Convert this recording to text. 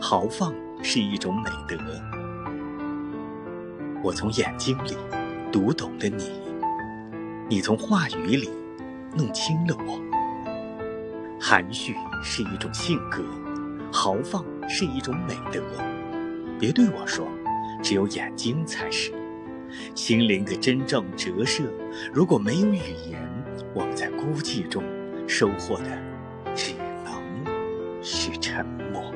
豪放是一种美德。我从眼睛里读懂了你，你从话语里弄清了我。含蓄是一种性格，豪放是一种美德。别对我说，只有眼睛才是。心灵的真正折射，如果没有语言，我们在孤寂中收获的只能是沉默。